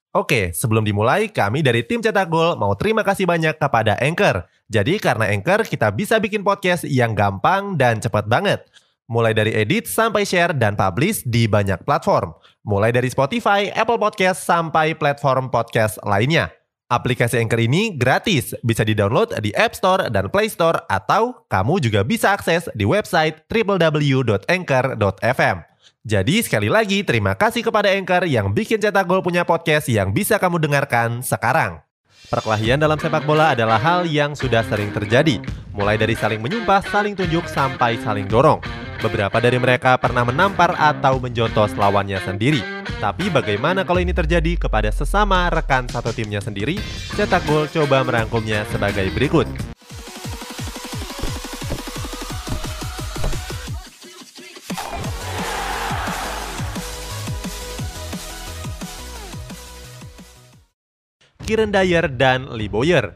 Oke, sebelum dimulai, kami dari tim Cetak Gol mau terima kasih banyak kepada Anchor. Jadi karena Anchor, kita bisa bikin podcast yang gampang dan cepat banget. Mulai dari edit sampai share dan publish di banyak platform. Mulai dari Spotify, Apple Podcast, sampai platform podcast lainnya. Aplikasi Anchor ini gratis, bisa di-download di App Store dan Play Store, atau kamu juga bisa akses di website www.anchor.fm. Jadi sekali lagi terima kasih kepada Anchor yang bikin Cetak Gol punya podcast yang bisa kamu dengarkan sekarang. Perkelahian dalam sepak bola adalah hal yang sudah sering terjadi, mulai dari saling menyumpah, saling tunjuk, sampai saling dorong. Beberapa dari mereka pernah menampar atau menjontos lawannya sendiri. Tapi bagaimana kalau ini terjadi kepada sesama rekan satu timnya sendiri? Cetak Gol coba merangkumnya sebagai berikut. Kieran Dyer dan Lee Bowyer.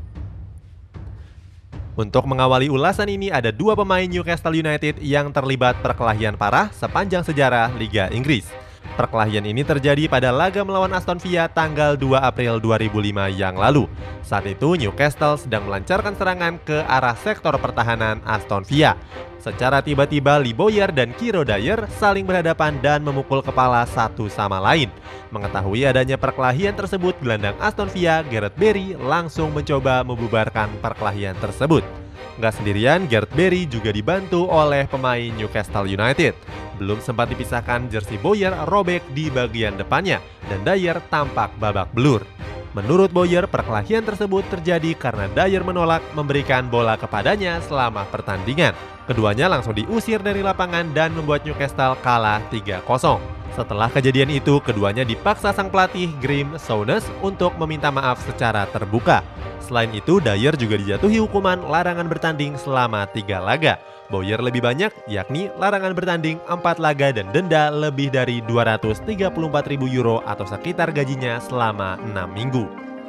Untuk mengawali ulasan ini ada dua pemain Newcastle United yang terlibat perkelahian parah sepanjang sejarah Liga Inggris. Perkelahian ini terjadi pada laga melawan Aston Villa tanggal 2 April 2005 yang lalu. Saat itu Newcastle sedang melancarkan serangan ke arah sektor pertahanan Aston Villa. Secara tiba-tiba Lee Bowyer dan Kieran Dyer saling berhadapan dan memukul kepala satu sama lain. Mengetahui adanya perkelahian tersebut, gelandang Aston Villa, Gareth Barry, langsung mencoba membubarkan perkelahian tersebut. Nggak sendirian, Gareth Barry juga dibantu oleh pemain Newcastle United. Belum sempat dipisahkan, jersey Bowyer robek di bagian depannya dan Dyer tampak babak belur. Menurut Bowyer, perkelahian tersebut terjadi karena Dyer menolak memberikan bola kepadanya selama pertandingan. Keduanya langsung diusir dari lapangan dan membuat Newcastle kalah 3-0. Setelah kejadian itu, keduanya dipaksa sang pelatih Graeme Souness untuk meminta maaf secara terbuka. Selain itu, Dyer juga dijatuhi hukuman larangan bertanding selama 3 laga. Bowyer lebih banyak, yakni larangan bertanding 4 laga dan denda lebih dari 234.000 euro atau sekitar gajinya selama 6 minggu.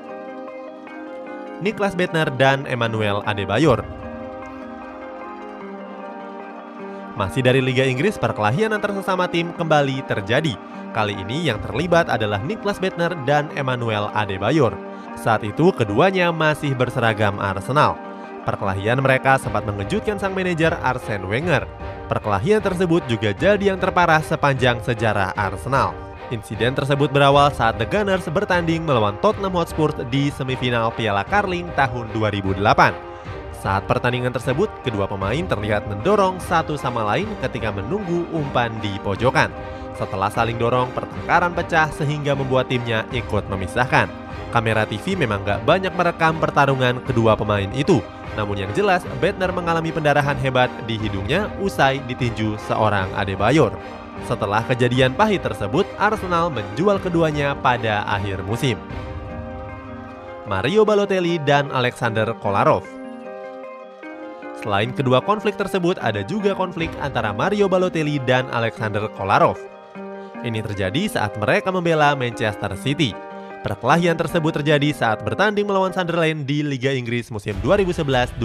Nicklas Bendtner dan Emmanuel Adebayor. Masih dari Liga Inggris, perkelahian antar sesama tim kembali terjadi. Kali ini yang terlibat adalah Nicklas Bendtner dan Emmanuel Adebayor. Saat itu keduanya masih berseragam Arsenal. Perkelahian mereka sempat mengejutkan sang manajer Arsene Wenger. Perkelahian tersebut juga jadi yang terparah sepanjang sejarah Arsenal. Insiden tersebut berawal saat The Gunners bertanding melawan Tottenham Hotspur di semifinal Piala Carling tahun 2008. Saat pertandingan tersebut, kedua pemain terlihat mendorong satu sama lain ketika menunggu umpan di pojokan. Setelah saling dorong, pertengkaran pecah sehingga membuat timnya ikut memisahkan. Kamera TV memang gak banyak merekam pertarungan kedua pemain itu. Namun yang jelas, Bendtner mengalami pendarahan hebat di hidungnya usai ditinju seorang Adebayor. Setelah kejadian pahit tersebut, Arsenal menjual keduanya pada akhir musim. Mario Balotelli dan Alexander Kolarov. Selain kedua konflik tersebut, ada juga konflik antara Mario Balotelli dan Alexander Kolarov. Ini terjadi saat mereka membela Manchester City. Perkelahian tersebut terjadi saat bertanding melawan Sunderland di Liga Inggris musim 2011-2012.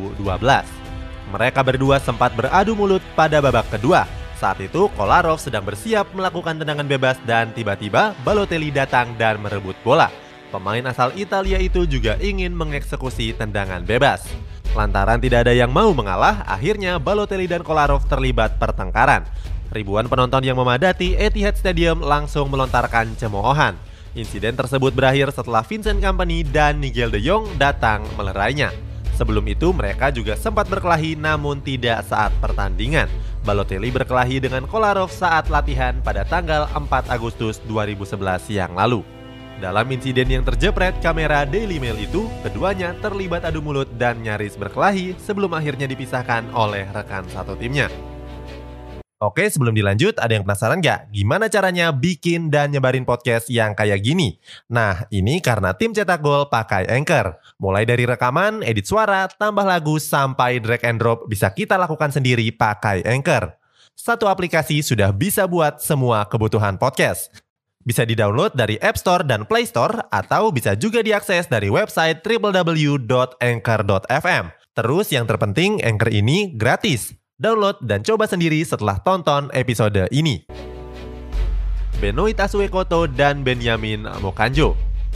Mereka berdua sempat beradu mulut pada babak kedua. Saat itu, Kolarov sedang bersiap melakukan tendangan bebas dan tiba-tiba Balotelli datang dan merebut bola. Pemain asal Italia itu juga ingin mengeksekusi tendangan bebas. Lantaran tidak ada yang mau mengalah, akhirnya Balotelli dan Kolarov terlibat pertengkaran. Ribuan penonton yang memadati Etihad Stadium langsung melontarkan cemoohan. Insiden tersebut berakhir setelah Vincent Kompany dan Nigel de Jong datang melerainya. Sebelum itu mereka juga sempat berkelahi namun tidak saat pertandingan. Balotelli berkelahi dengan Kolarov saat latihan pada tanggal 4 Agustus 2011 yang lalu. Dalam insiden yang terjepret kamera Daily Mail itu, keduanya terlibat adu mulut dan nyaris berkelahi sebelum akhirnya dipisahkan oleh rekan satu timnya. Oke, sebelum dilanjut, ada yang penasaran gak? Gimana caranya bikin dan nyebarin podcast yang kayak gini? Nah, ini karena tim Cetak Gol pakai Anchor. Mulai dari rekaman, edit suara, tambah lagu, sampai drag and drop bisa kita lakukan sendiri pakai Anchor. Satu aplikasi sudah bisa buat semua kebutuhan podcast. Bisa di-download dari App Store dan Play Store, atau bisa juga diakses dari website www.anchor.fm. Terus yang terpenting, Anchor ini gratis. Download dan coba sendiri setelah tonton episode ini. Benoit Asuekoto dan Benjamin Mokanjo.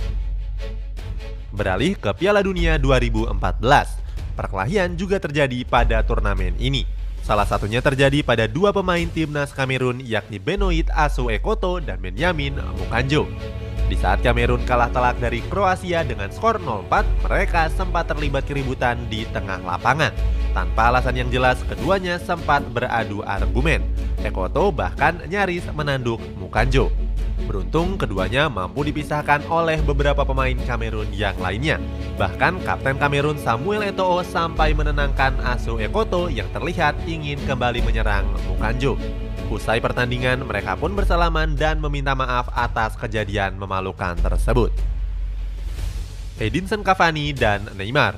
Beralih ke Piala Dunia 2014, perkelahian juga terjadi pada turnamen ini. Salah satunya terjadi pada dua pemain timnas Kamerun yakni Benoit Asuekoto dan Benjamin Mokanjo. Di saat Kamerun kalah telak dari Kroasia dengan skor 0-4, mereka sempat terlibat keributan di tengah lapangan. Tanpa alasan yang jelas, keduanya sempat beradu argumen. Ekoto bahkan nyaris menanduk Mokanjo. Beruntung keduanya mampu dipisahkan oleh beberapa pemain Kamerun yang lainnya. Bahkan Kapten Kamerun Samuel Eto'o sampai menenangkan Asuekoto yang terlihat ingin kembali menyerang Mokanjo. Usai pertandingan, mereka pun bersalaman dan meminta maaf atas kejadian memalukan tersebut. Edinson Cavani dan Neymar.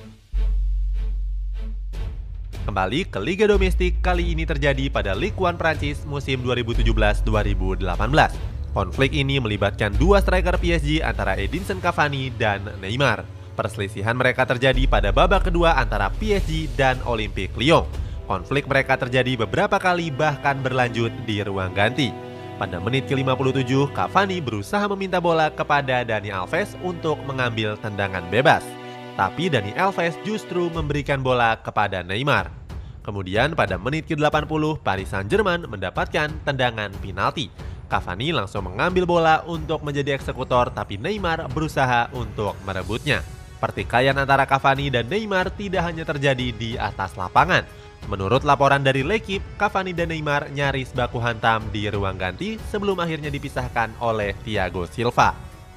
Kembali ke Liga Domestik, kali ini terjadi pada Ligue 1 Prancis musim 2017-2018. Konflik ini melibatkan dua striker PSG antara Edinson Cavani dan Neymar. Perselisihan mereka terjadi pada babak kedua antara PSG dan Olympique Lyon. Konflik mereka terjadi beberapa kali bahkan berlanjut di ruang ganti. Pada menit ke-57, Cavani berusaha meminta bola kepada Dani Alves untuk mengambil tendangan bebas. Tapi Dani Alves justru memberikan bola kepada Neymar. Kemudian pada menit ke-80, Paris Saint-Germain mendapatkan tendangan penalti. Cavani langsung mengambil bola untuk menjadi eksekutor, tapi Neymar berusaha untuk merebutnya. Pertikaian antara Cavani dan Neymar tidak hanya terjadi di atas lapangan. Menurut laporan dari L'Equipe, Cavani dan Neymar nyaris baku hantam di ruang ganti sebelum akhirnya dipisahkan oleh Thiago Silva,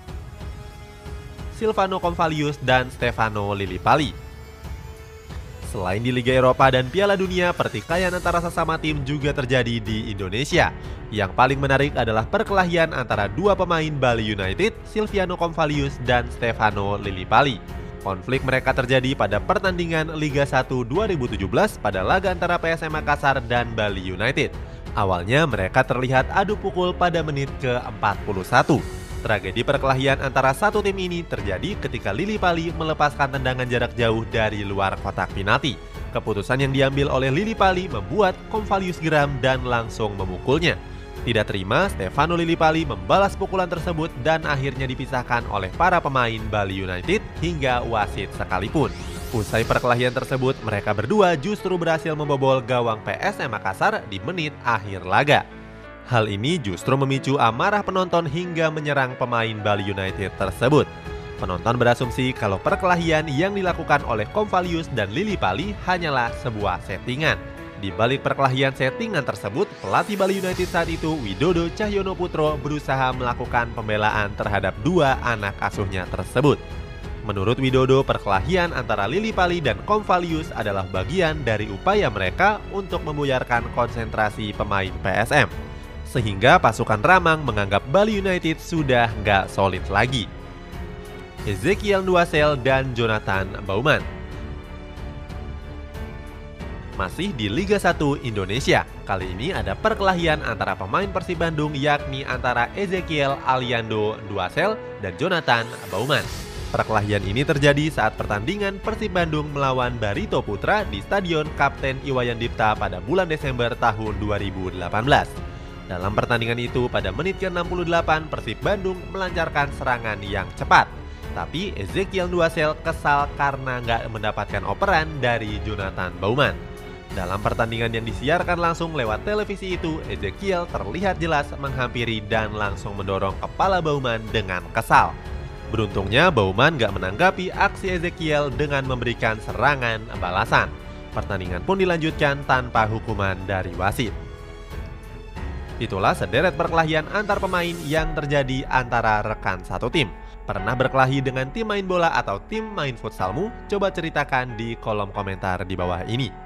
Silvano Convalius, dan Stefano Lillipali. Selain di Liga Eropa dan Piala Dunia, pertikaian antara sesama tim juga terjadi di Indonesia. Yang paling menarik adalah perkelahian antara dua pemain Bali United, Silviano Convalius dan Stefano Lillipali. Konflik mereka terjadi pada pertandingan Liga 1 2017 pada laga antara PSM Makassar dan Bali United. Awalnya mereka terlihat adu pukul pada menit ke-41. Tragedi perkelahian antara satu tim ini terjadi ketika Lillipali melepaskan tendangan jarak jauh dari luar kotak penalti. Keputusan yang diambil oleh Lillipali membuat Convalius geram dan langsung memukulnya. Tidak terima, Stefano Lillipali membalas pukulan tersebut dan akhirnya dipisahkan oleh para pemain Bali United hingga wasit sekalipun. Usai perkelahian tersebut, mereka berdua justru berhasil membobol gawang PSM Makassar di menit akhir laga. Hal ini justru memicu amarah penonton hingga menyerang pemain Bali United tersebut. Penonton berasumsi kalau perkelahian yang dilakukan oleh Convalius dan Lillipali hanyalah sebuah settingan. Di balik perkelahian settingan tersebut, pelatih Bali United saat itu, Widodo Cahyono Putro, berusaha melakukan pembelaan terhadap dua anak asuhnya tersebut. Menurut Widodo, perkelahian antara Lillipali dan Convalius adalah bagian dari upaya mereka untuk membuyarkan konsentrasi pemain PSM. Sehingga pasukan Ramang menganggap Bali United sudah nggak solid lagi. Ezekiel Nduasel dan Jonathan Baumann. Masih di Liga 1 Indonesia, kali ini ada perkelahian antara pemain Persib Bandung yakni antara Ezekiel Aliando Nduasel dan Jonathan Baumann. Perkelahian ini terjadi saat pertandingan Persib Bandung melawan Barito Putra di Stadion Kapten Iwayan Dipta pada bulan Desember tahun 2018. Dalam pertandingan itu, pada menit ke-68, Persib Bandung melancarkan serangan yang cepat. Tapi Ezekiel Nduasel kesal karena nggak mendapatkan operan dari Jonathan Baumann. Dalam pertandingan yang disiarkan langsung lewat televisi itu, Ezekiel terlihat jelas menghampiri dan langsung mendorong kepala Baumann dengan kesal. Beruntungnya Baumann nggak menanggapi aksi Ezekiel dengan memberikan serangan balasan. Pertandingan pun dilanjutkan tanpa hukuman dari wasit. Itulah sederet perkelahian antar pemain yang terjadi antara rekan satu tim. Pernah berkelahi dengan tim main bola atau tim main futsalmu? Coba ceritakan di kolom komentar di bawah ini.